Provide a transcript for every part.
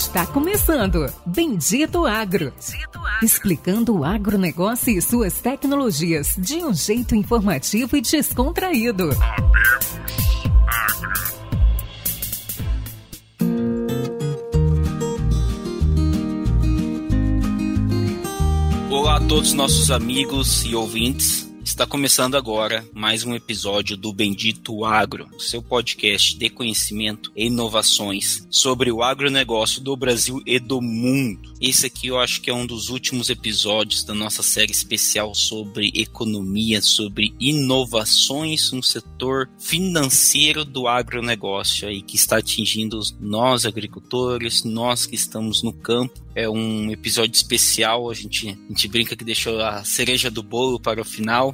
Está começando Bendito Agro. Explicando o agronegócio e suas tecnologias de um jeito informativo e descontraído. Olá a todos nossos amigos e ouvintes. Está começando agora mais um episódio do Bendito Agro, seu podcast de conhecimento e inovações sobre o agronegócio do Brasil e do mundo. Esse aqui eu acho que é um dos últimos episódios da nossa série especial sobre economia, sobre inovações no setor financeiro do agronegócio, aí, que está atingindo nós agricultores, nós que estamos no campo. É um episódio especial, a gente brinca que deixou a cereja do bolo para o final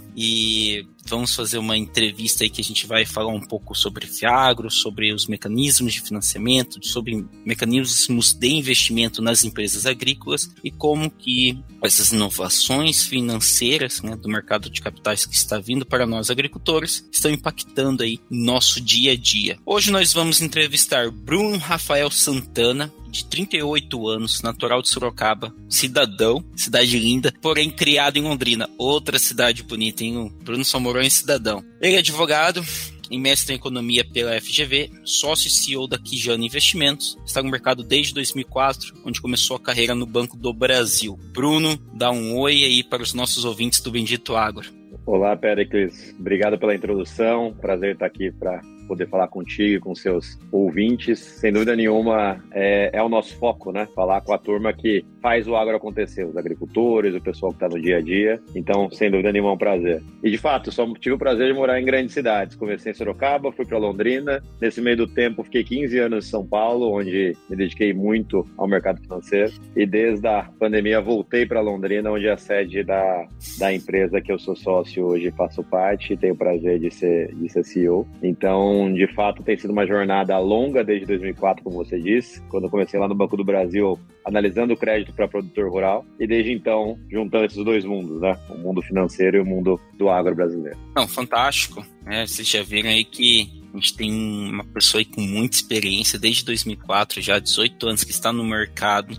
e vamos fazer uma entrevista aí que a gente vai falar um pouco sobre Fiagro, sobre os mecanismos de financiamento, sobre mecanismos de investimento nas empresas agrícolas e como que essas inovações financeiras, né, do mercado de capitais que está vindo para nós agricultores estão impactando aí nosso dia a dia. Hoje nós vamos entrevistar Bruno Rafael Santana, de 38 anos, natural de Sorocaba, cidadão, cidade linda, porém criado em Londrina, outra cidade bonita, hein? O Bruno só morou em Cidadão. Ele é advogado e mestre em economia pela FGV, sócio e CEO da Kijana Investimentos, está no mercado desde 2004, onde começou a carreira no Banco do Brasil. Bruno, dá um oi aí para os nossos ouvintes do Bendito Agro. Olá, Péricles. Obrigado pela introdução. Prazer estar aqui para poder falar contigo e com seus ouvintes. Sem dúvida nenhuma, é o nosso foco, né? Falar com a turma que faz o agro acontecer, os agricultores, o pessoal que está no dia a dia. Então, sem dúvida nenhuma, é um prazer. E, de fato, só tive o prazer de morar em grandes cidades. Comecei em Sorocaba, fui para Londrina. Nesse meio do tempo, fiquei 15 anos em São Paulo, onde me dediquei muito ao mercado financeiro. E desde a pandemia, voltei para Londrina, onde é a sede da empresa que eu sou sócio hoje, faço parte e tenho o prazer de ser CEO. Então, de fato, tem sido uma jornada longa desde 2004, como você disse, quando eu comecei lá no Banco do Brasil, analisando o crédito para produtor rural, e desde então, juntando esses dois mundos, né? O mundo financeiro e o mundo do agro brasileiro. Não, fantástico. Vocês já viram aí que a gente tem uma pessoa aí com muita experiência, desde 2004, já há 18 anos que está no mercado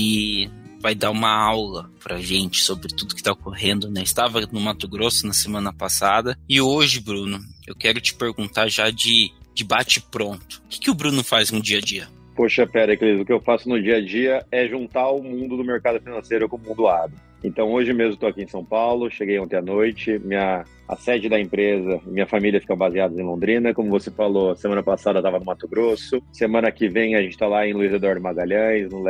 e vai dar uma aula pra gente sobre tudo que está ocorrendo, né? Estava no Mato Grosso na semana passada e hoje, Bruno, eu quero te perguntar já de bate-pronto. O que o Bruno faz no dia a dia? Poxa, Péricles, o que eu faço no dia a dia é juntar o mundo do mercado financeiro com o mundo agro. Então, hoje mesmo estou aqui em São Paulo, cheguei ontem à noite, a sede da empresa, minha família fica baseada em Londrina, como você falou, semana passada estava no Mato Grosso, semana que vem a gente está lá em Luiz Eduardo Magalhães, no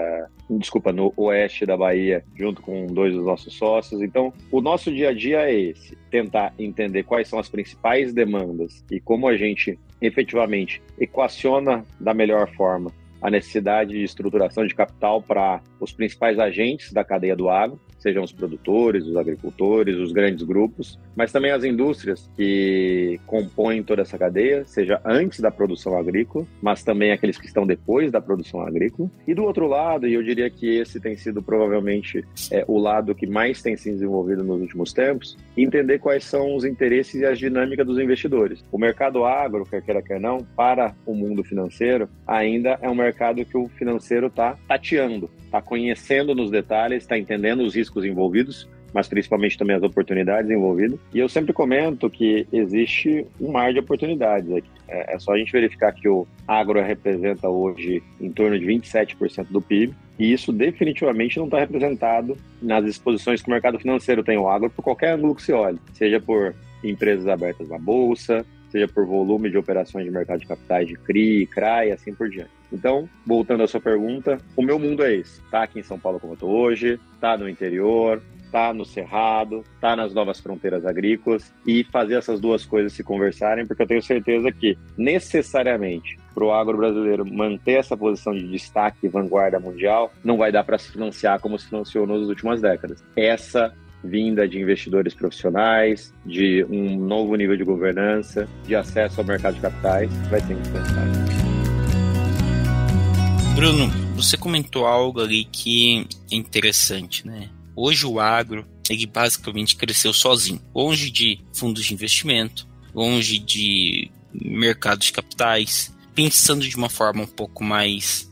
oeste da Bahia, junto com dois dos nossos sócios. Então, o nosso dia a dia é esse, tentar entender quais são as principais demandas e como a gente efetivamente equaciona da melhor forma a necessidade de estruturação de capital para os principais agentes da cadeia do agro, sejam os produtores, os agricultores, os grandes grupos, mas também as indústrias que compõem toda essa cadeia, seja antes da produção agrícola, mas também aqueles que estão depois da produção agrícola. E do outro lado, e eu diria que esse tem sido provavelmente o lado que mais tem se desenvolvido nos últimos tempos, entender quais são os interesses e as dinâmicas dos investidores. O mercado agro, quer queira, quer não, para o mundo financeiro, ainda é um mercado que o financeiro está tateando, está conhecendo nos detalhes, está entendendo os riscos envolvidos, mas principalmente também as oportunidades envolvidas. E eu sempre comento que existe um mar de oportunidades aqui. É só a gente verificar que o agro representa hoje em torno de 27% do PIB, e isso definitivamente não está representado nas exposições que o mercado financeiro tem ao agro por qualquer ângulo que se olhe, seja por empresas abertas na bolsa, seja por volume de operações de mercado de capitais de CRI, CRA e assim por diante. Então, voltando à sua pergunta, o meu mundo é esse. Tá aqui em São Paulo como eu tô hoje, tá no interior, tá no Cerrado, tá nas novas fronteiras agrícolas e fazer essas duas coisas se conversarem, porque eu tenho certeza que, necessariamente, para o agro brasileiro manter essa posição de destaque e vanguarda mundial, não vai dar para se financiar como se financiou nas últimas décadas. Essa vinda de investidores profissionais, de um novo nível de governança, de acesso ao mercado de capitais, vai ser indispensável. Bruno, você comentou algo ali que é interessante, né? Hoje o agro, ele basicamente cresceu sozinho, longe de fundos de investimento, longe de mercado de capitais, pensando de uma forma um pouco mais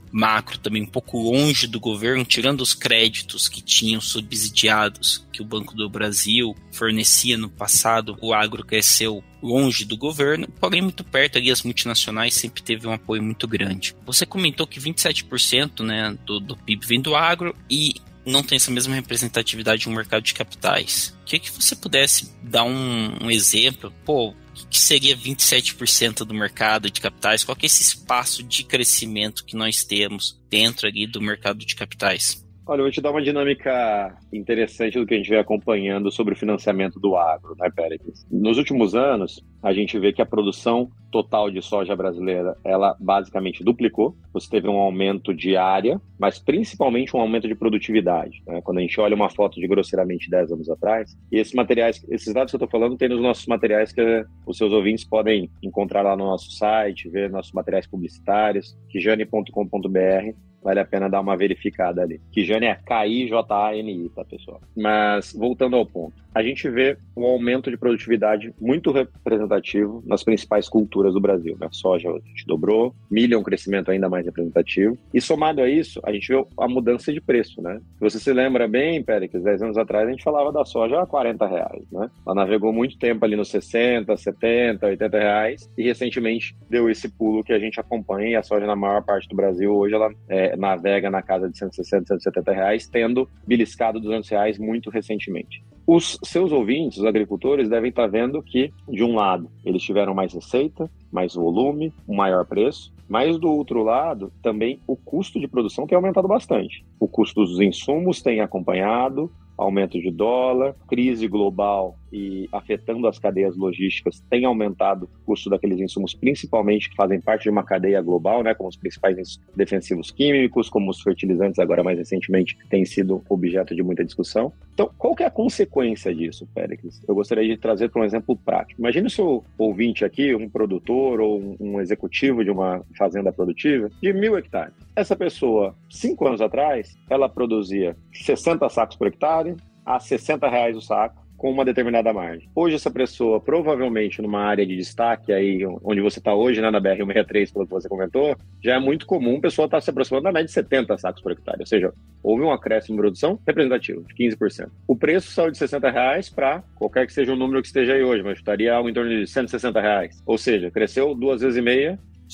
macro também um pouco longe do governo, tirando os créditos que tinham subsidiados que o Banco do Brasil fornecia no passado, o agro cresceu longe do governo, porém muito perto ali, as multinacionais sempre teve um apoio muito grande. Você comentou que 27%, né, do PIB vem do agro e não tem essa mesma representatividade no mercado de capitais. Queria que você pudesse dar um exemplo, o que seria 27% do mercado de capitais? Qual que é esse espaço de crescimento que nós temos dentro ali do mercado de capitais? Olha, eu vou te dar uma dinâmica interessante do que a gente vem acompanhando sobre o financiamento do agro, né, Péricles? Nos últimos anos, a gente vê que a produção total de soja brasileira, ela basicamente duplicou. Você teve um aumento de área, mas principalmente um aumento de produtividade, né? Quando a gente olha uma foto de grosseiramente 10 anos atrás, e esses materiais, esses dados que eu estou falando, tem nos nossos materiais que os seus ouvintes podem encontrar lá no nosso site, ver nossos materiais publicitários, kijane.com.br. Vale a pena dar uma verificada ali. Kijane é K-I-J-A-N-I, tá, pessoal? Mas, voltando ao ponto, a gente vê um aumento de produtividade muito representativo nas principais culturas do Brasil, né? A soja a gente dobrou, milho é um crescimento ainda mais representativo. E somado a isso, a gente vê a mudança de preço, né? Se você se lembra bem, Péricles, 10 anos atrás a gente falava da soja a R$40, né? Ela navegou muito tempo ali nos 60, 70, 80 reais e recentemente deu esse pulo que a gente acompanha, e a soja na maior parte do Brasil hoje ela navega na casa de 160, 170 reais, tendo beliscado R$200 muito recentemente. Os seus ouvintes, os agricultores, devem estar vendo que, de um lado, eles tiveram mais receita, mais volume, um maior preço, mas do outro lado, também o custo de produção tem aumentado bastante. O custo dos insumos tem acompanhado, aumento de dólar, crise global e afetando as cadeias logísticas tem aumentado o custo daqueles insumos, principalmente que fazem parte de uma cadeia global, né, como os principais defensivos químicos, como os fertilizantes, agora mais recentemente, têm sido objeto de muita discussão. Então, qual que é a consequência disso, Péricles? Eu gostaria de trazer para um exemplo prático. Imagine o seu ouvinte aqui, um produtor ou um executivo de uma fazenda produtiva de 1.000 hectares. Essa pessoa, 5 anos atrás, ela produzia 60 sacos por hectare, a R$60 o saco, com uma determinada margem. Hoje, essa pessoa, provavelmente numa área de destaque, aí onde você está hoje, né, na BR-163, pelo que você comentou, já é muito comum a pessoa estar se aproximando da média de 70 sacos por hectare. Ou seja, houve um acréscimo de produção representativo, de 15%. O preço saiu de R$60 para qualquer que seja o número que esteja aí hoje, mas estaria algo em torno de R$160. Ou seja, cresceu 2,5 vezes.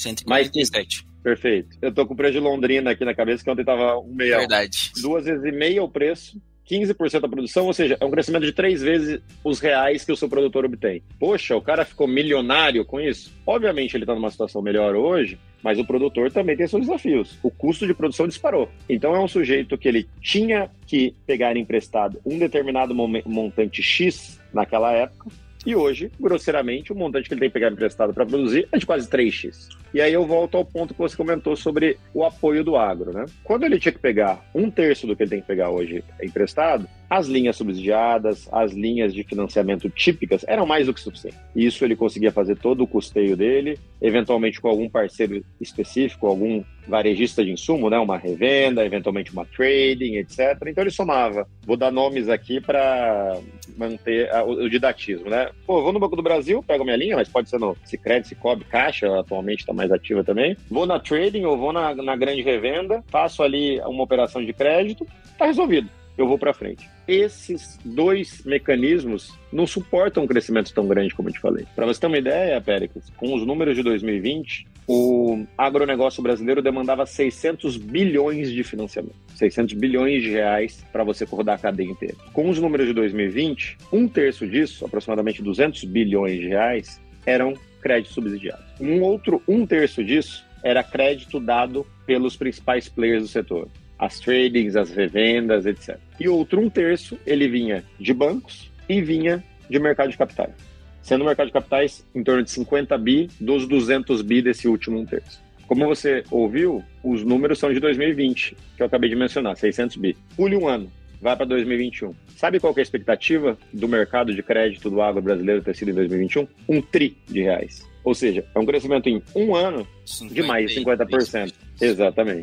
147. Perfeito. Eu tô com o preço de Londrina aqui na cabeça, que ontem estava 1,6. Verdade. 2,5 vezes o preço, 15% da produção, ou seja, é um crescimento de 3 vezes os reais que o seu produtor obtém. Poxa, o cara ficou milionário com isso? Obviamente ele está numa situação melhor hoje, mas o produtor também tem seus desafios. O custo de produção disparou. Então é um sujeito que ele tinha que pegar emprestado um determinado montante X naquela época, e hoje, grosseiramente, o montante que ele tem que pegar emprestado para produzir é de quase 3x. E aí eu volto ao ponto que você comentou sobre o apoio do agro, né? Quando ele tinha que pegar 1/3 do que ele tem que pegar hoje emprestado, as linhas subsidiadas, as linhas de financiamento típicas eram mais do que suficiente. Isso ele conseguia fazer todo o custeio dele, eventualmente com algum parceiro específico, algum varejista de insumo, né? Uma revenda, eventualmente uma trading, etc. Então ele somava. Vou dar nomes aqui para manter o didatismo, né? Pô, vou no Banco do Brasil, pego minha linha, mas pode ser no Sicredi, Cicobi, Caixa, atualmente está mais ativa também. Vou na trading ou vou na grande revenda, faço ali uma operação de crédito, tá resolvido. Eu vou para frente. Esses dois mecanismos não suportam um crescimento tão grande como eu te falei. Para você ter uma ideia, Péricles, com os números de 2020, o agronegócio brasileiro demandava 600 bilhões de financiamento. 600 bilhões de reais para você rodar a cadeia inteira. Com os números de 2020, 1/3 disso, aproximadamente 200 bilhões de reais, eram créditos subsidiados. Um outro 1/3 disso era crédito dado pelos principais players do setor. As tradings, as revendas, etc. E outro 1/3, ele vinha de bancos e vinha de mercado de capitais. Sendo o mercado de capitais em torno de 50 bi dos 200 bi desse último 1/3. Como você ouviu, os números são de 2020, que eu acabei de mencionar, 600 bi. Pule um ano, vai para 2021. Sabe qual que é a expectativa do mercado de crédito do agro brasileiro ter sido em 2021? 1 tri de reais. Ou seja, é um crescimento em um ano de mais de 50%. Exatamente.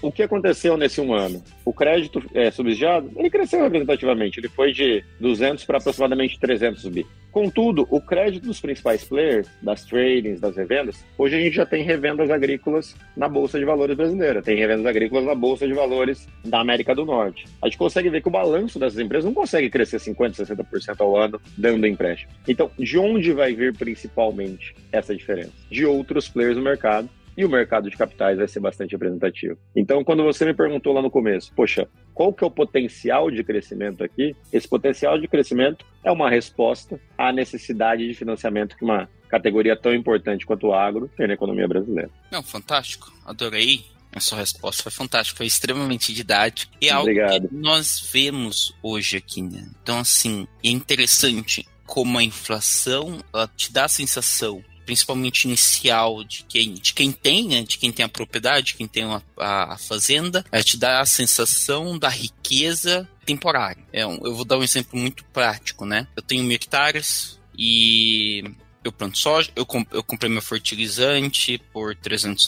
o que aconteceu nesse 1 ano? O crédito subsidiado, ele cresceu representativamente, ele foi de 200 para aproximadamente 300 bi. Contudo, o crédito dos principais players, das tradings, das revendas, hoje a gente já tem revendas agrícolas na Bolsa de Valores brasileira, tem revendas agrícolas na Bolsa de Valores da América do Norte. A gente consegue ver que o balanço dessas empresas não consegue crescer 50%, 60% ao ano dando empréstimo. Então, de onde vai vir principalmente essa diferença? De outros players no mercado, e o mercado de capitais vai ser bastante representativo. Então, quando você me perguntou lá no começo, poxa, qual que é o potencial de crescimento aqui? Esse potencial de crescimento é uma resposta à necessidade de financiamento que uma categoria tão importante quanto o agro tem na economia brasileira. Não, fantástico. Adorei. A sua resposta foi fantástica, foi extremamente didática. E é algo Obrigado. que nós vemos hoje aqui, né? Então, assim, é interessante como a inflação ela te dá a sensação, principalmente inicial, de quem tem, né, de quem tem a propriedade, quem tem a fazenda, ela te dá a sensação da riqueza temporária. Eu vou dar um exemplo muito prático, né? Eu tenho 1.000 hectares e eu planto soja, eu comprei meu fertilizante por $300,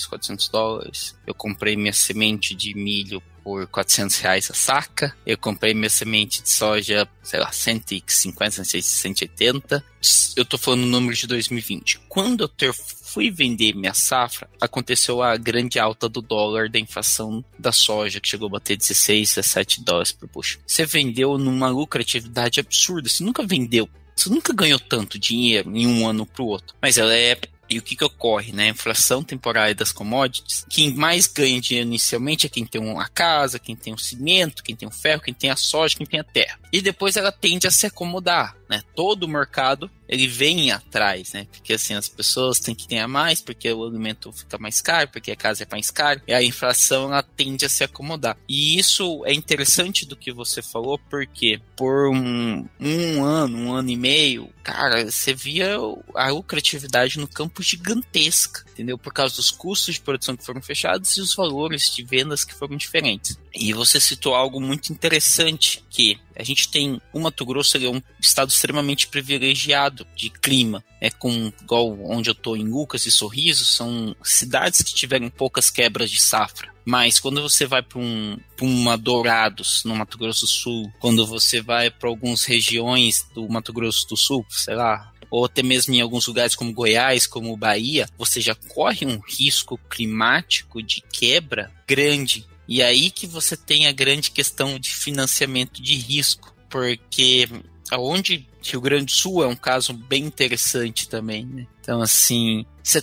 $400, eu comprei minha semente de milho por R$400 a saca, eu comprei minha semente de soja, sei lá, 150, 180, eu tô falando no número de 2020. Quando eu fui vender minha safra, aconteceu a grande alta do dólar, da inflação da soja, que chegou a bater $16, $17 por bushel. Você vendeu numa lucratividade absurda, você nunca ganhou tanto dinheiro em um ano pro outro, mas ela é... E o que ocorre, né? A inflação temporária das commodities, quem mais ganha dinheiro inicialmente é quem tem uma casa, quem tem o cimento, quem tem o ferro, quem tem a soja, quem tem a terra. E depois ela tende a se acomodar, né? Todo o mercado, ele vem atrás, né? Porque assim, as pessoas têm que ganhar mais, porque o alimento fica mais caro, porque a casa é mais cara, e a inflação, ela tende a se acomodar. E isso é interessante do que você falou, porque por um ano e meio, cara, você via a lucratividade no campo gigantesca, entendeu? Por causa dos custos de produção que foram fechados e os valores de vendas que foram diferentes. E você citou algo muito interessante, que a gente tem, o Mato Grosso ele é um estado extremamente privilegiado de clima, igual onde eu estou em Lucas e Sorriso, são cidades que tiveram poucas quebras de safra. Mas quando você vai para uma Dourados, no Mato Grosso do Sul, quando você vai para algumas regiões do Mato Grosso do Sul, sei lá, ou até mesmo em alguns lugares como Goiás, como Bahia, você já corre um risco climático de quebra grande. E aí que você tem a grande questão de financiamento de risco, porque aonde Rio Grande do Sul é um caso bem interessante também, né? Então, assim, você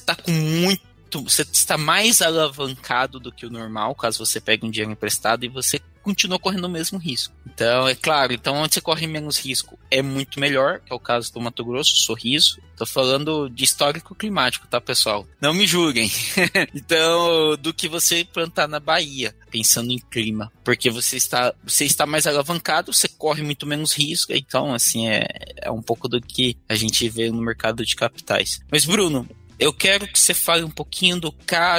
está mais alavancado do que o normal, caso você pegue um dinheiro emprestado, e você continua correndo o mesmo risco. Então, é claro, onde você corre menos risco é muito melhor, que é o caso do Mato Grosso, Sorriso. Tô falando de histórico climático, tá, pessoal? Não me julguem. Então, do que você plantar na Bahia, pensando em clima. Porque você está mais alavancado, você corre muito menos risco. Então, assim, é um pouco do que a gente vê no mercado de capitais. Mas, Bruno, eu quero que você fale um pouquinho do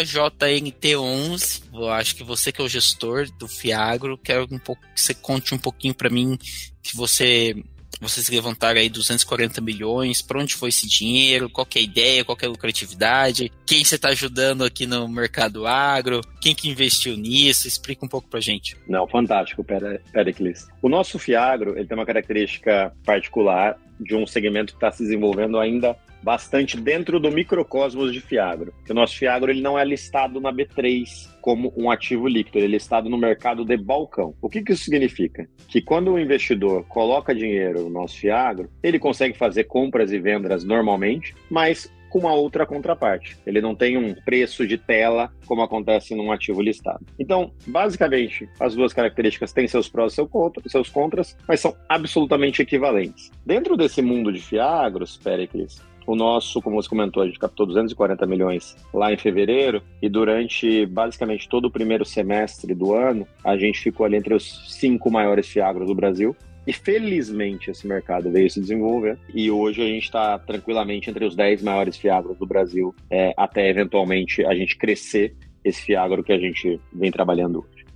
KJNT11. Eu acho que você que é o gestor do Fiagro, quero que você conte um pouquinho para mim que vocês levantaram aí 240 milhões, para onde foi esse dinheiro, qual que é a ideia, qual que é a lucratividade, quem você está ajudando aqui no mercado agro, quem que investiu nisso, explica um pouco pra gente. Não, fantástico, Pericles. O nosso Fiagro, ele tem uma característica particular de um segmento que está se desenvolvendo ainda bastante dentro do microcosmos de Fiagro. O nosso Fiagro ele não é listado na B3 como um ativo líquido, ele é listado no mercado de balcão. O que isso significa? Que quando o investidor coloca dinheiro no nosso Fiagro, ele consegue fazer compras e vendas normalmente, mas com uma outra contraparte. Ele não tem um preço de tela como acontece num ativo listado. Então, basicamente, as duas características têm seus prós e seus contras, mas são absolutamente equivalentes. Dentro desse mundo de Fiagros, Pericles, o nosso, como você comentou, a gente captou 240 milhões lá em fevereiro e durante basicamente todo o primeiro semestre do ano, a gente ficou ali entre os 5 maiores Fiagros do Brasil. E felizmente esse mercado veio se desenvolver e hoje a gente está tranquilamente entre os 10 maiores Fiagros do Brasil, até eventualmente a gente crescer esse Fiagro que a gente vem trabalhando hoje.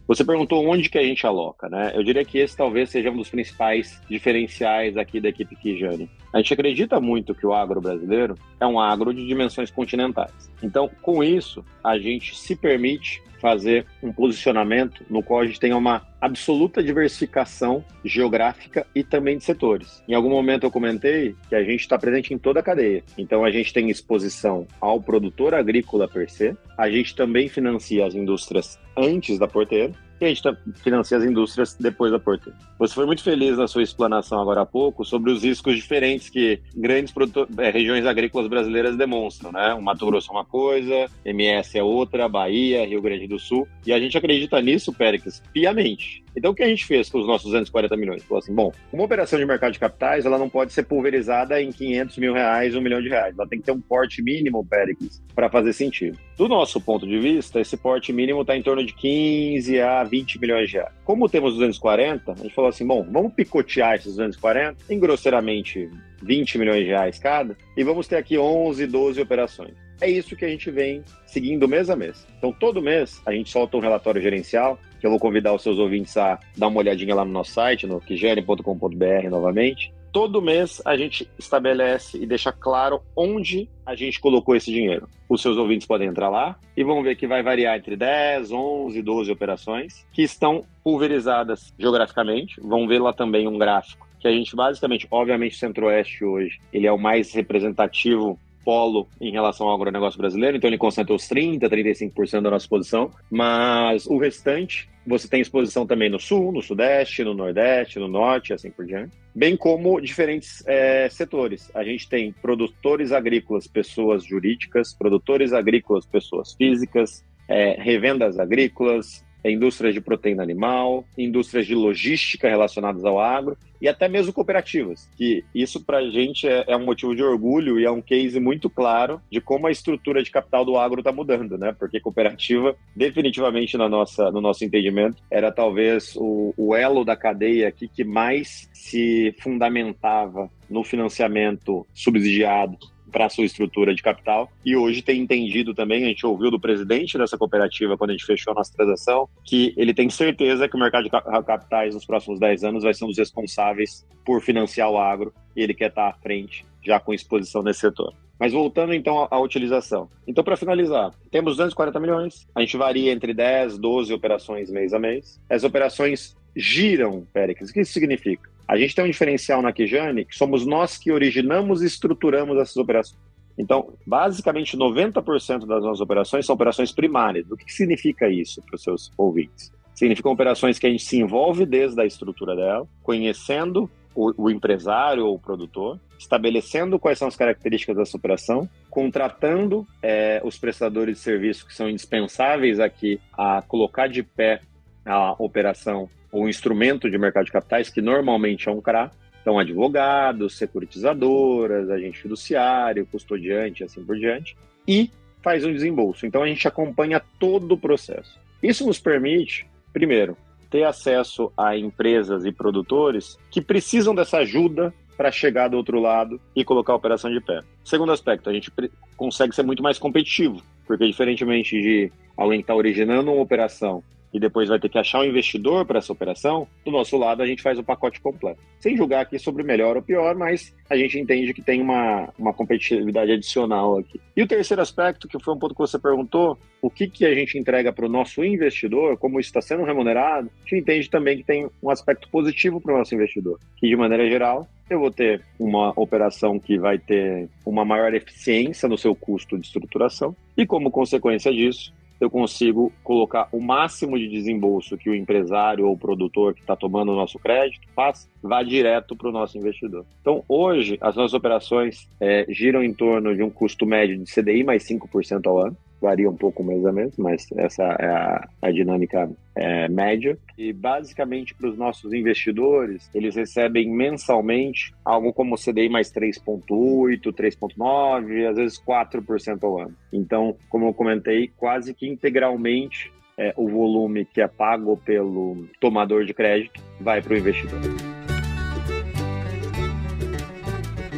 Você perguntou onde que a gente aloca, né? Eu diria que esse talvez seja um dos principais diferenciais aqui da equipe Kijane. A gente acredita muito que o agro brasileiro é um agro de dimensões continentais. Então, com isso, a gente se permite fazer um posicionamento no qual a gente tenha uma absoluta diversificação geográfica e também de setores. Em algum momento eu comentei que a gente está presente em toda a cadeia. Então a gente tem exposição ao produtor agrícola per se, a gente também financia as indústrias antes da porteira, e a gente financia as indústrias depois da porteira. Você foi muito feliz na sua explanação agora há pouco sobre os riscos diferentes que grandes regiões agrícolas brasileiras demonstram, né? O Mato Grosso é uma coisa, MS é outra, Bahia, Rio Grande do Sul, e a gente acredita nisso, Péricles, piamente. Então o que a gente fez com os nossos 240 milhões? Falou assim, bom, uma operação de mercado de capitais, ela não pode ser pulverizada em 500 mil reais, R$1 milhão. Ela tem que ter um porte mínimo, Péricles, para fazer sentido. Do nosso ponto de vista, esse porte mínimo está em torno de 15 a 20 milhões de reais. Como temos 240, a gente falou assim, bom, vamos picotear esses 240 em grosseiramente 20 milhões de reais cada e vamos ter aqui 11, 12 operações. É isso que a gente vem seguindo mês a mês. Então, todo mês, a gente solta um relatório gerencial, que eu vou convidar os seus ouvintes a dar uma olhadinha lá no nosso site, no kijane.com.br novamente. Todo mês, a gente estabelece e deixa claro onde a gente colocou esse dinheiro. Os seus ouvintes podem entrar lá e vão ver que vai variar entre 10, 11, 12 operações que estão pulverizadas geograficamente. Vão ver lá também um gráfico que a gente basicamente, obviamente, o Centro-Oeste hoje, ele é o mais representativo polo em relação ao agronegócio brasileiro, então ele concentra os 30%, 35% da nossa exposição, mas o restante, você tem exposição também no Sul, no Sudeste, no Nordeste, no Norte, assim por diante, bem como diferentes setores. A gente tem produtores agrícolas, pessoas jurídicas, produtores agrícolas, pessoas físicas, revendas agrícolas, indústrias de proteína animal, indústrias de logística relacionadas ao agro e até mesmo cooperativas, que isso para a gente é um motivo de orgulho e é um case muito claro de como a estrutura de capital do agro está mudando, né? Porque cooperativa, definitivamente no nosso entendimento, era talvez o elo da cadeia aqui que mais se fundamentava no financiamento subsidiado para a sua estrutura de capital, e hoje tem entendido também, a gente ouviu do presidente dessa cooperativa quando a gente fechou a nossa transação, que ele tem certeza que o mercado de capitais nos próximos 10 anos vai ser um dos responsáveis por financiar o agro, e ele quer estar à frente já com exposição nesse setor. Mas voltando então à utilização. Então, para finalizar, temos 240 milhões, a gente varia entre 10, 12 operações mês a mês. As operações giram, Péricles. O que isso significa? A gente tem um diferencial na Kijane, que somos nós que originamos e estruturamos essas operações. Então, basicamente, 90% das nossas operações são operações primárias. O que significa isso para os seus ouvintes? Significam operações que a gente se envolve desde a estrutura dela, conhecendo o empresário ou o produtor, estabelecendo quais são as características dessa operação, contratando os prestadores de serviço que são indispensáveis aqui a colocar de pé a operação ou instrumento de mercado de capitais, que normalmente é um CRA, então advogados, securitizadoras, agente fiduciário, custodiante, assim por diante, e faz um desembolso. Então a gente acompanha todo o processo. Isso nos permite, primeiro, ter acesso a empresas e produtores que precisam dessa ajuda para chegar do outro lado e colocar a operação de pé. Segundo aspecto, a gente consegue ser muito mais competitivo, porque diferentemente de alguém que está originando uma operação e depois vai ter que achar um investidor para essa operação, do nosso lado a gente faz o pacote completo. Sem julgar aqui sobre melhor ou pior, mas a gente entende que tem uma competitividade adicional aqui. E o terceiro aspecto, que foi um ponto que você perguntou, o que a gente entrega para o nosso investidor, como isso está sendo remunerado, a gente entende também que tem um aspecto positivo para o nosso investidor, que de maneira geral eu vou ter uma operação que vai ter uma maior eficiência no seu custo de estruturação e como consequência disso, eu consigo colocar o máximo de desembolso que o empresário ou o produtor que está tomando o nosso crédito vá direto para o nosso investidor. Então, hoje, as nossas operações giram em torno de um custo médio de CDI mais 5% ao ano. Varia um pouco mês a mês, mas essa é a dinâmica média. E, basicamente, para os nossos investidores, eles recebem mensalmente algo como CDI mais 3,8%, 3,9%, às vezes 4% ao ano. Então, como eu comentei, quase que integralmente o volume que é pago pelo tomador de crédito vai para o investidor.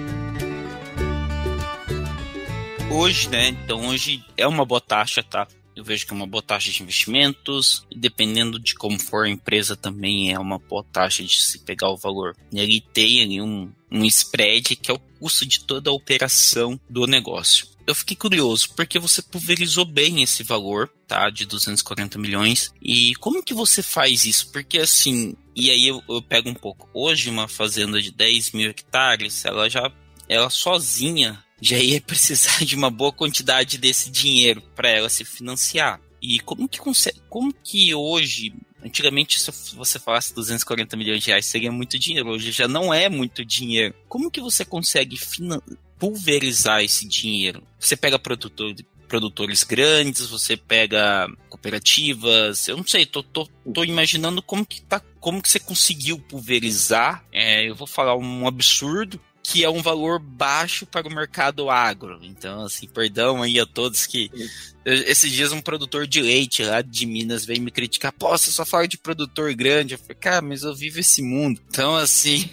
Hoje, né? Então hoje é uma boa taxa, tá? eu vejo que é uma boa taxa de investimentos, e dependendo de como for a empresa também é uma boa taxa de se pegar o valor. E ali tem ali um spread, que é o custo de toda a operação do negócio. Eu fiquei curioso, porque você pulverizou bem esse valor, tá, de 240 milhões, e como que você faz isso? Porque assim, e aí eu pego um pouco, hoje uma fazenda de 10 mil hectares, ela sozinha já ia precisar de uma boa quantidade desse dinheiro para ela se financiar. E como que hoje, antigamente se você falasse 240 milhões de reais seria muito dinheiro, hoje já não é muito dinheiro. Como que você consegue pulverizar esse dinheiro? Você pega produtores grandes, você pega cooperativas, eu não sei, tô imaginando como que você conseguiu pulverizar, eu vou falar um absurdo, que é um valor baixo para o mercado agro. Então, assim, perdão aí a todos que... Esses dias um produtor de leite lá de Minas veio me criticar. Pô, você só fala de produtor grande. Eu falei, cara, mas eu vivo esse mundo. Então, assim,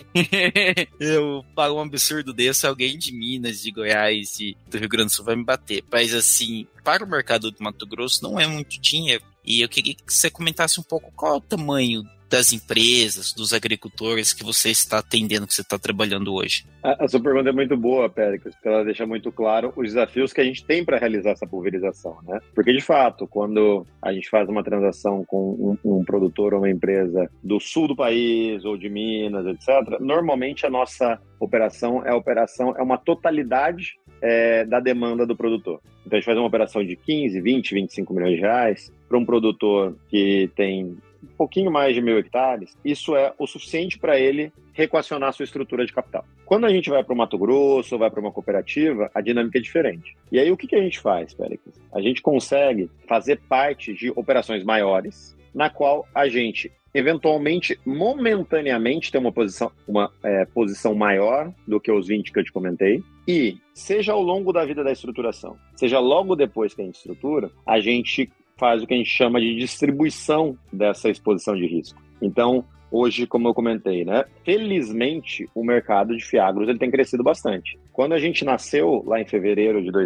eu falo um absurdo desse, alguém de Minas, de Goiás e do Rio Grande do Sul vai me bater. Mas, assim, para o mercado do Mato Grosso não é muito dinheiro. E eu queria que você comentasse um pouco qual é o tamanho das empresas, dos agricultores que você está atendendo, que você está trabalhando hoje? A sua pergunta é muito boa, Péricles, porque ela deixa muito claro os desafios que a gente tem para realizar essa pulverização, né? Porque, de fato, quando a gente faz uma transação com um produtor ou uma empresa do sul do país ou de Minas, etc., normalmente a nossa operação é uma totalidade da demanda do produtor. Então, a gente faz uma operação de 15, 20, 25 milhões de reais para um produtor que tem um pouquinho mais de 1.000 hectares, isso é o suficiente para ele reequacionar sua estrutura de capital. Quando a gente vai para o Mato Grosso ou vai para uma cooperativa, a dinâmica é diferente. E aí o que a gente faz, Péricles? A gente consegue fazer parte de operações maiores, na qual a gente eventualmente, momentaneamente, tem uma posição maior do que os 20 que eu te comentei, e seja ao longo da vida da estruturação, seja logo depois que a gente estrutura, a gente faz o que a gente chama de distribuição dessa exposição de risco. Então, hoje, como eu comentei, né, felizmente o mercado de fiagros ele tem crescido bastante. Quando a gente nasceu lá em fevereiro de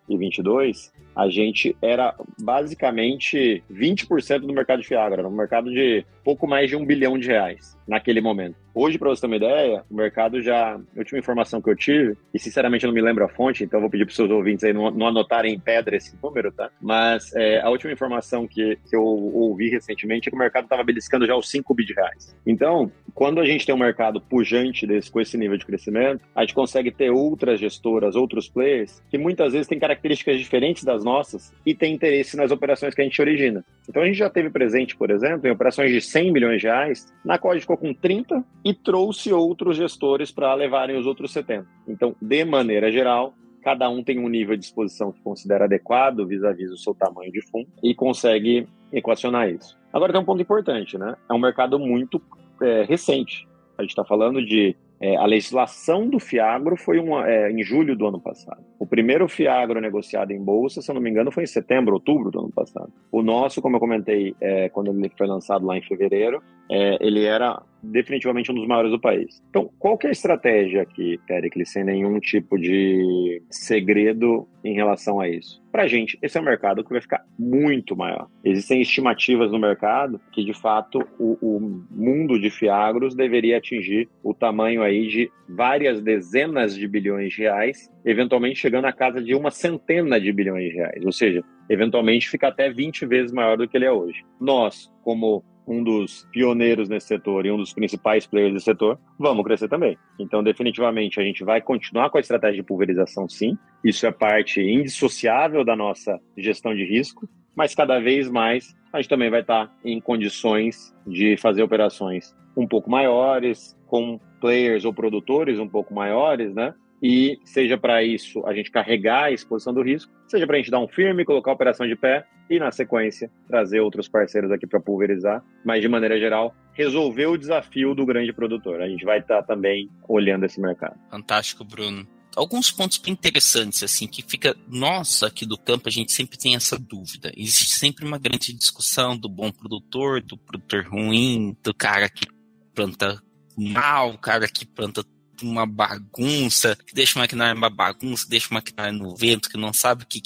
2022, a gente era basicamente 20% do mercado de fiagro, era um mercado de pouco mais de R$1 bilhão naquele momento. Hoje, para você ter uma ideia, o mercado já... A última informação que eu tive, e sinceramente eu não me lembro a fonte, então eu vou pedir para os seus ouvintes aí não anotarem em pedra esse número, tá? Mas a última informação que eu ouvi recentemente é que o mercado estava beliscando já os R$5 bi. Então, quando a gente tem um mercado pujante com esse nível de crescimento, a gente consegue ter outras gestoras, outros players, que muitas vezes têm características diferentes das nossas e têm interesse nas operações que a gente origina. Então, a gente já teve presente, por exemplo, em operações de R$100 milhões, na qual a gente ficou com 30 e trouxe outros gestores para levarem os outros 70. Então, de maneira geral, cada um tem um nível de exposição que considera adequado vis-à-vis o seu tamanho de fundo e consegue equacionar isso. Agora tem um ponto importante, né? É um mercado muito recente. A gente está falando de... a legislação do fiagro foi em julho do ano passado. O primeiro fiagro negociado em bolsa, se eu não me engano, foi em setembro, outubro do ano passado. O nosso, como eu comentei, quando ele foi lançado lá em fevereiro, ele era definitivamente um dos maiores do país. Então, qual que é a estratégia aqui, Péricles, sem nenhum tipo de segredo em relação a isso? Pra gente, esse é um mercado que vai ficar muito maior. Existem estimativas no mercado que, de fato, o mundo de fiagros deveria atingir o tamanho aí de várias dezenas de bilhões de reais, eventualmente chegando à casa de uma centena de bilhões de reais. Ou seja, eventualmente fica até 20 vezes maior do que ele é hoje. Nós, como um dos pioneiros nesse setor e um dos principais players desse setor, vamos crescer também. Então, definitivamente, a gente vai continuar com a estratégia de pulverização, sim. Isso é parte indissociável da nossa gestão de risco, mas cada vez mais a gente também vai estar em condições de fazer operações um pouco maiores, com players ou produtores um pouco maiores, né? E seja para isso a gente carregar a exposição do risco, seja para a gente dar um firme, colocar a operação de pé e, na sequência, trazer outros parceiros aqui para pulverizar, mas, de maneira geral, resolver o desafio do grande produtor. A gente vai estar também olhando esse mercado. Fantástico, Bruno. Alguns pontos bem interessantes, assim, que fica... Nossa, aqui do campo a gente sempre tem essa dúvida. Existe sempre uma grande discussão do bom produtor, do produtor ruim, do cara que planta mal, o cara que planta uma bagunça, que deixa o maquinário uma bagunça, deixa o maquinário no vento, que não sabe o que está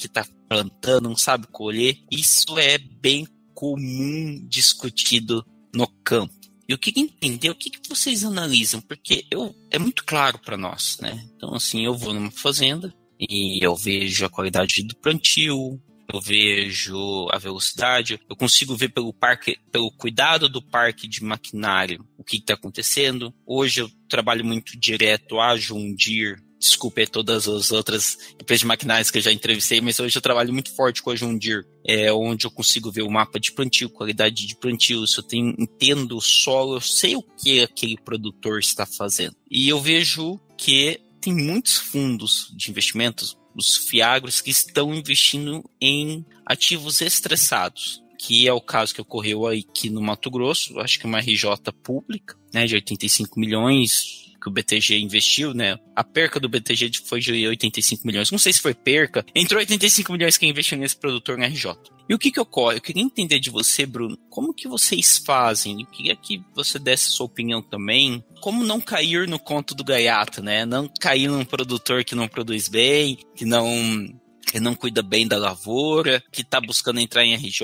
plantando, não sabe colher. Isso é bem comum discutido no campo. Eu queria entender o que vocês analisam, porque é muito claro para nós, né? Então, assim, eu vou numa fazenda e eu vejo a qualidade do plantio, eu vejo a velocidade, eu consigo ver pelo cuidado do parque de maquinário o que está acontecendo. Hoje eu trabalho muito direto a John Deere. Desculpe todas as outras empresas de maquinários que eu já entrevistei, mas hoje eu trabalho muito forte com a John Deere, onde eu consigo ver o mapa de plantio, qualidade de plantio, se eu entendo o solo, eu sei o que aquele produtor está fazendo. E eu vejo que tem muitos fundos de investimentos, os fiagros, que estão investindo em ativos estressados, que é o caso que ocorreu aqui no Mato Grosso, acho que uma RJ pública, né, de 85 milhões, que o BTG investiu, né? A perca do BTG foi de 85 milhões. Não sei se foi perca. Entrou 85 milhões que investiu nesse produtor na RJ. E o que ocorre? Eu queria entender de você, Bruno, como que vocês fazem? Eu queria que você desse sua opinião também. Como não cair no conto do gaiato, né? Não cair num produtor que não produz bem, que não cuida bem da lavoura, que está buscando entrar em RJ.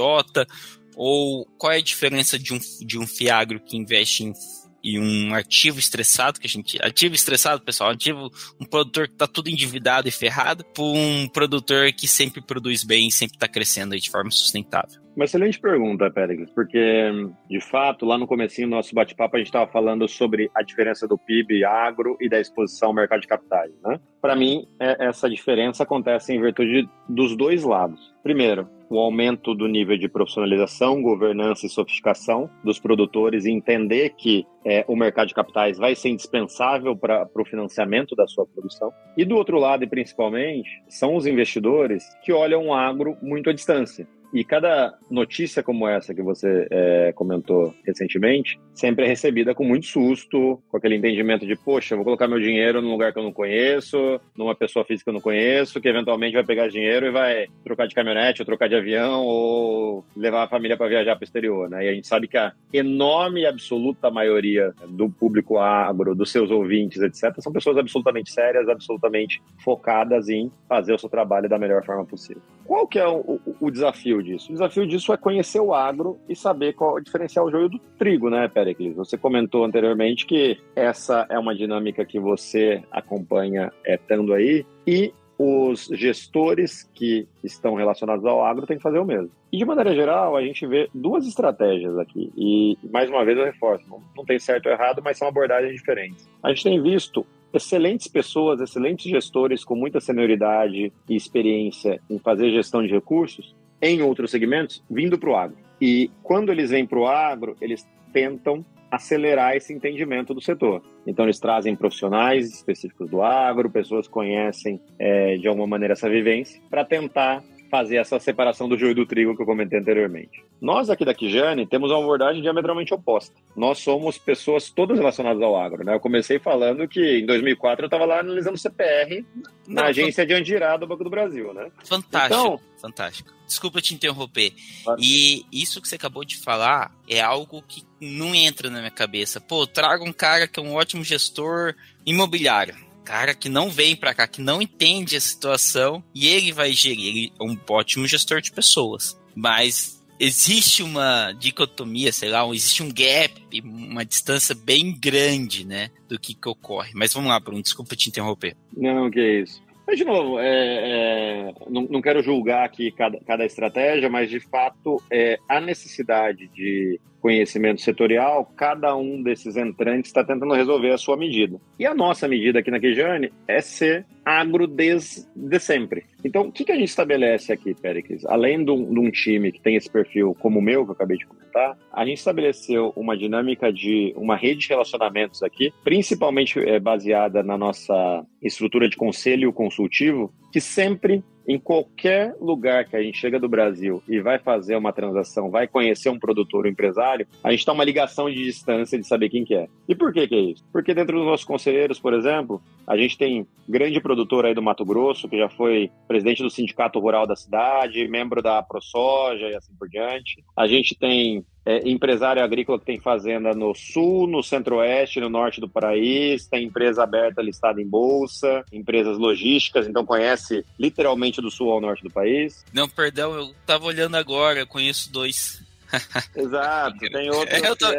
Ou qual é a diferença de um fiagro que investe em um ativo estressado, ativo estressado, pessoal, um produtor que está tudo endividado e ferrado, para um produtor que sempre produz bem e sempre está crescendo aí de forma sustentável? Uma excelente pergunta, Péricles, porque, de fato, lá no comecinho do nosso bate-papo, a gente estava falando sobre a diferença do PIB agro e da exposição ao mercado de capitais, né? Para mim, essa diferença acontece em virtude dos dois lados. Primeiro, o aumento do nível de profissionalização, governança e sofisticação dos produtores e entender que o mercado de capitais vai ser indispensável para o financiamento da sua produção. E do outro lado, e principalmente, são os investidores que olham o agro muito à distância. E cada notícia como essa que você comentou recentemente, sempre é recebida com muito susto, com aquele entendimento de, poxa, eu vou colocar meu dinheiro num lugar que eu não conheço, numa pessoa física que eu não conheço, que eventualmente vai pegar dinheiro e vai trocar de caminhonete, ou trocar de avião, ou levar a família para viajar para o exterior, né? E a gente sabe que a enorme e absoluta maioria do público agro, dos seus ouvintes, etc., são pessoas absolutamente sérias, absolutamente focadas em fazer o seu trabalho da melhor forma possível. Qual que é o desafio disso? O desafio disso é conhecer o agro e saber diferenciar o joio do trigo, né, Péricles? Você comentou anteriormente que essa é uma dinâmica que você acompanha estando aí, e os gestores que estão relacionados ao agro têm que fazer o mesmo. E, de maneira geral, a gente vê duas estratégias aqui. E, mais uma vez, eu reforço, não tem certo ou errado, mas são abordagens diferentes. A gente tem visto excelentes pessoas, excelentes gestores com muita senioridade e experiência em fazer gestão de recursos em outros segmentos, vindo para o agro. E quando eles vêm para o agro, eles tentam acelerar esse entendimento do setor. Então, eles trazem profissionais específicos do agro, pessoas que conhecem, de alguma maneira, essa vivência, para tentar fazer essa separação do joio do trigo que eu comentei anteriormente. Nós aqui da Kijane temos uma abordagem diametralmente oposta. Nós somos pessoas todas relacionadas ao agro, né? Eu comecei falando que em 2004 eu estava lá analisando o CPR na agência de Andirá do Banco do Brasil, né? Fantástico, então, fantástico. Desculpa te interromper. Claro. E isso que você acabou de falar é algo que não entra na minha cabeça. Pô, traga um cara que é um ótimo gestor imobiliário. Cara que não vem pra cá, que não entende a situação, e ele vai gerir. Ele é um ótimo gestor de pessoas. Mas existe uma dicotomia, sei lá, existe um gap, uma distância bem grande, né, do que ocorre. Mas vamos lá, Bruno, desculpa te interromper. Não, que é isso. Mas, de novo, não quero julgar aqui cada estratégia, mas, de fato, a necessidade de conhecimento setorial, cada um desses entrantes está tentando resolver a sua medida. E a nossa medida aqui na Kijane é ser agro desde sempre. Então, o que a gente estabelece aqui, Péricles? Além de um time que tem esse perfil como o meu, que eu acabei de comentar, a gente estabeleceu uma dinâmica de uma rede de relacionamentos aqui, principalmente baseada na nossa estrutura de conselho consultivo, que sempre, em qualquer lugar que a gente chega do Brasil e vai fazer uma transação, vai conhecer um produtor ou empresário, a gente dá uma ligação de distância de saber quem que é. E por que é isso? Porque dentro dos nossos conselheiros, por exemplo, a gente tem grande produtor aí do Mato Grosso, que já foi presidente do Sindicato Rural da cidade, membro da ProSoja e assim por diante. A gente tem empresário agrícola que tem fazenda no sul, no centro-oeste, no norte do país, tem empresa aberta listada em bolsa, empresas logísticas, então conhece literalmente do sul ao norte do país. Não, perdão, eu tava olhando agora, eu conheço 2. Exato, tem outro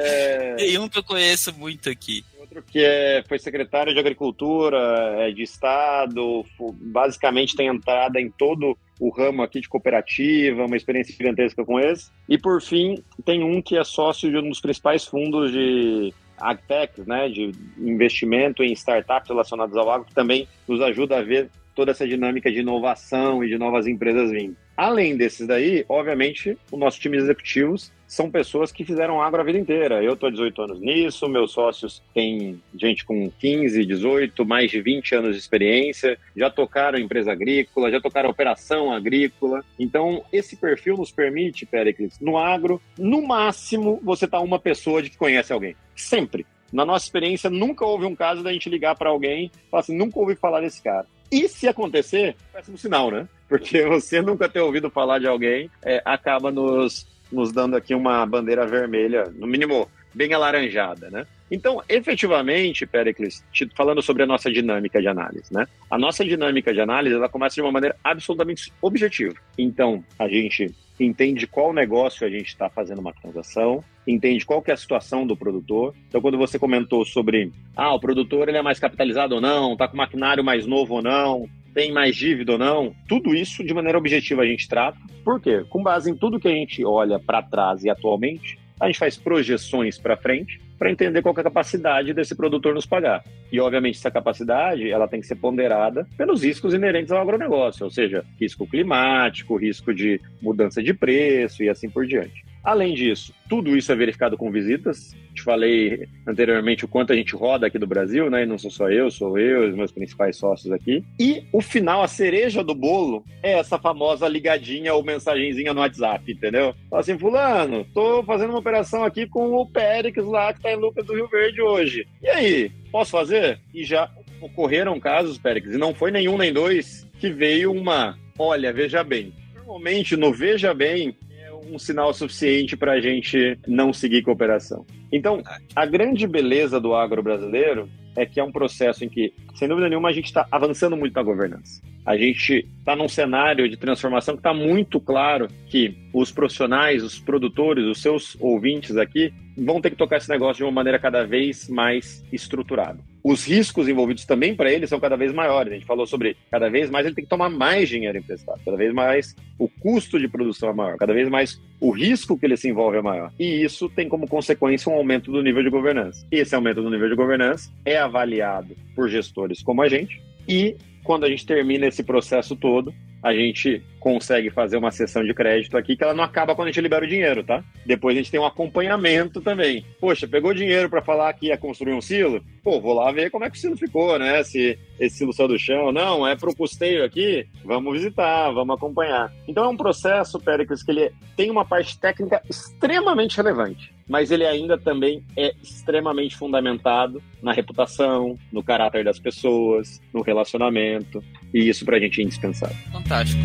Tem um que eu conheço muito aqui. Outro que foi secretário de Agricultura, de Estado, basicamente tem entrada em todo o ramo aqui de cooperativa, uma experiência gigantesca com esse. E por fim, tem um que é sócio de um dos principais fundos de agtech, né, de investimento em startups relacionadas ao agro, que também nos ajuda a ver toda essa dinâmica de inovação e de novas empresas vindo. Além desses daí, obviamente, o nosso time de executivos são pessoas que fizeram agro a vida inteira. Eu estou há 18 anos nisso, meus sócios têm gente com 15, 18, mais de 20 anos de experiência, já tocaram empresa agrícola, já tocaram operação agrícola. Então, esse perfil nos permite, Péricles, no agro, no máximo, você tá uma pessoa de que conhece alguém. Sempre. Na nossa experiência, nunca houve um caso da gente ligar para alguém e falar assim, nunca ouvi falar desse cara. E se acontecer, é péssimo sinal, né? Porque você nunca ter ouvido falar de alguém acaba nos dando aqui uma bandeira vermelha, no mínimo bem alaranjada, né? Então, efetivamente, Péricles, falando sobre a nossa dinâmica de análise, né? A nossa dinâmica de análise, ela começa de uma maneira absolutamente objetiva. Então, a gente entende qual negócio a gente está fazendo uma transação, entende qual que é a situação do produtor. Então, quando você comentou sobre, o produtor ele é mais capitalizado ou não, está com maquinário mais novo ou não, tem mais dívida ou não, tudo isso de maneira objetiva a gente trata. Por quê? Com base em tudo que a gente olha para trás e atualmente, a gente faz projeções para frente para entender qual que é a capacidade desse produtor nos pagar. E, obviamente, essa capacidade ela tem que ser ponderada pelos riscos inerentes ao agronegócio, ou seja, risco climático, risco de mudança de preço e assim por diante. Além disso, tudo isso é verificado com visitas. Te falei anteriormente o quanto a gente roda aqui do Brasil, né? E não sou só eu, sou eu e os meus principais sócios aqui. E o final, a cereja do bolo, é essa famosa ligadinha ou mensagenzinha no WhatsApp, entendeu? Fala assim, fulano, tô fazendo uma operação aqui com o Péricles lá, que tá em Lucas do Rio Verde hoje. E aí, posso fazer? E já ocorreram casos, Péricles, e não foi nenhum nem dois, que veio olha, veja bem. Normalmente, no veja bem, um sinal suficiente para a gente não seguir cooperação. Então, a grande beleza do agro brasileiro é que é um processo em que, sem dúvida nenhuma, a gente está avançando muito na governança. A gente está num cenário de transformação que está muito claro que os profissionais, os produtores, os seus ouvintes aqui vão ter que tocar esse negócio de uma maneira cada vez mais estruturada. Os riscos envolvidos também para ele são cada vez maiores. A gente falou sobre cada vez mais ele tem que tomar mais dinheiro emprestado, cada vez mais o custo de produção é maior, cada vez mais o risco que ele se envolve é maior. E isso tem como consequência um aumento do nível de governança. Esse aumento do nível de governança é avaliado por gestores como a gente e quando a gente termina esse processo todo, a gente consegue fazer uma cessão de crédito aqui que ela não acaba quando a gente libera o dinheiro, tá? Depois a gente tem um acompanhamento também. Poxa, pegou dinheiro para falar que ia construir um silo? Pô, vou lá ver como é que o silo ficou, né? Se esse silo saiu do chão. Não, é pro custeio aqui? Vamos visitar, vamos acompanhar. Então é um processo, Péricles, que ele tem uma parte técnica extremamente relevante, mas ele ainda também é extremamente fundamentado na reputação, no caráter das pessoas, no relacionamento, e isso pra gente é indispensável. Fantástico.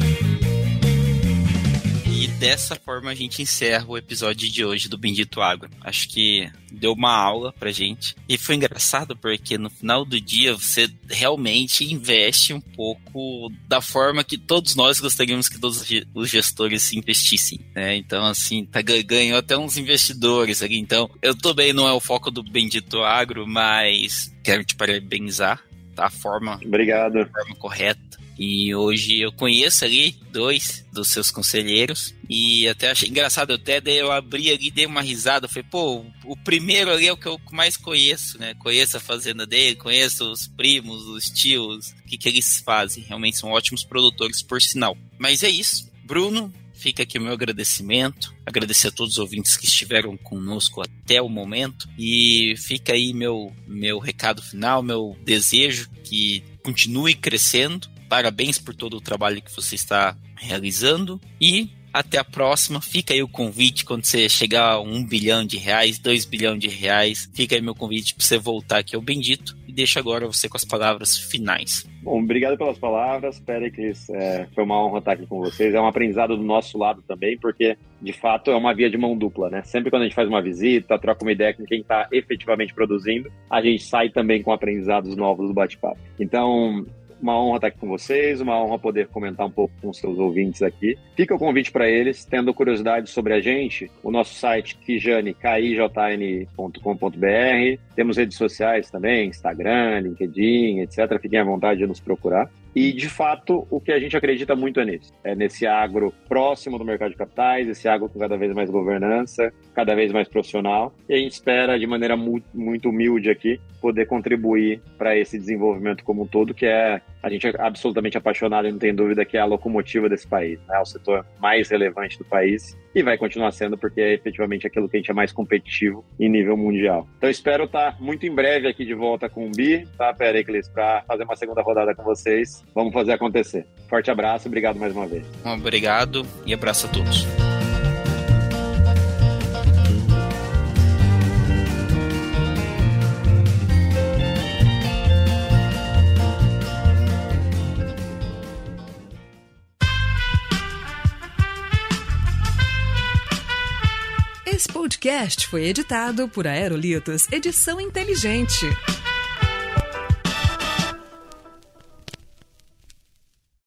E dessa forma a gente encerra o episódio de hoje do Bendito Agro. Acho que deu uma aula pra gente. E foi engraçado porque no final do dia você realmente investe um pouco da forma que todos nós gostaríamos que todos os gestores investissem, né? Então, assim, ganhou até uns investidores ali. Então, eu também não é o foco do Bendito Agro, mas quero te parabenizar, tá? Obrigado. A forma correta. E hoje eu conheço ali 2 dos seus conselheiros e até achei engraçado, eu abri ali, dei uma risada, falei, pô, o primeiro ali é o que eu mais conheço, né? Conheço a fazenda dele, conheço os primos, os tios, o que eles fazem. Realmente são ótimos produtores, por sinal. Mas é isso. Bruno, fica aqui o meu agradecimento. Agradecer a todos os ouvintes que estiveram conosco até o momento. E fica aí meu recado final, meu desejo que continue crescendo. Parabéns por todo o trabalho que você está realizando e até a próxima. Fica aí o convite quando você chegar a R$1 bilhão, R$2 bilhões, fica aí meu convite para você voltar aqui ao Bendito e deixo agora você com as palavras finais. Bom, obrigado pelas palavras, Péricles. Foi uma honra estar aqui com vocês. É um aprendizado do nosso lado também, porque, de fato, é uma via de mão dupla, né? Sempre quando a gente faz uma visita, troca uma ideia com quem está efetivamente produzindo, a gente sai também com aprendizados novos do bate-papo. Então, uma honra estar aqui com vocês, uma honra poder comentar um pouco com os seus ouvintes aqui. Fica o convite para eles, tendo curiosidade sobre a gente, o nosso site kijane.com.br, temos redes sociais também, Instagram, LinkedIn, etc. Fiquem à vontade de nos procurar. E, de fato, o que a gente acredita muito é nisso. É nesse agro próximo do mercado de capitais, esse agro com cada vez mais governança, cada vez mais profissional. E a gente espera, de maneira muito humilde aqui, poder contribuir para esse desenvolvimento como um todo, que a gente é absolutamente apaixonado e não tem dúvida que é a locomotiva desse país, né? O setor mais relevante do país e vai continuar sendo porque é efetivamente aquilo que a gente é mais competitivo em nível mundial. Então espero estar muito em breve aqui de volta com o Bi, tá, Péricles, para fazer uma segunda rodada com vocês. Vamos fazer acontecer. Forte abraço, obrigado mais uma vez. Obrigado e abraço a todos. Esse podcast foi editado por Aerolitos Edição Inteligente.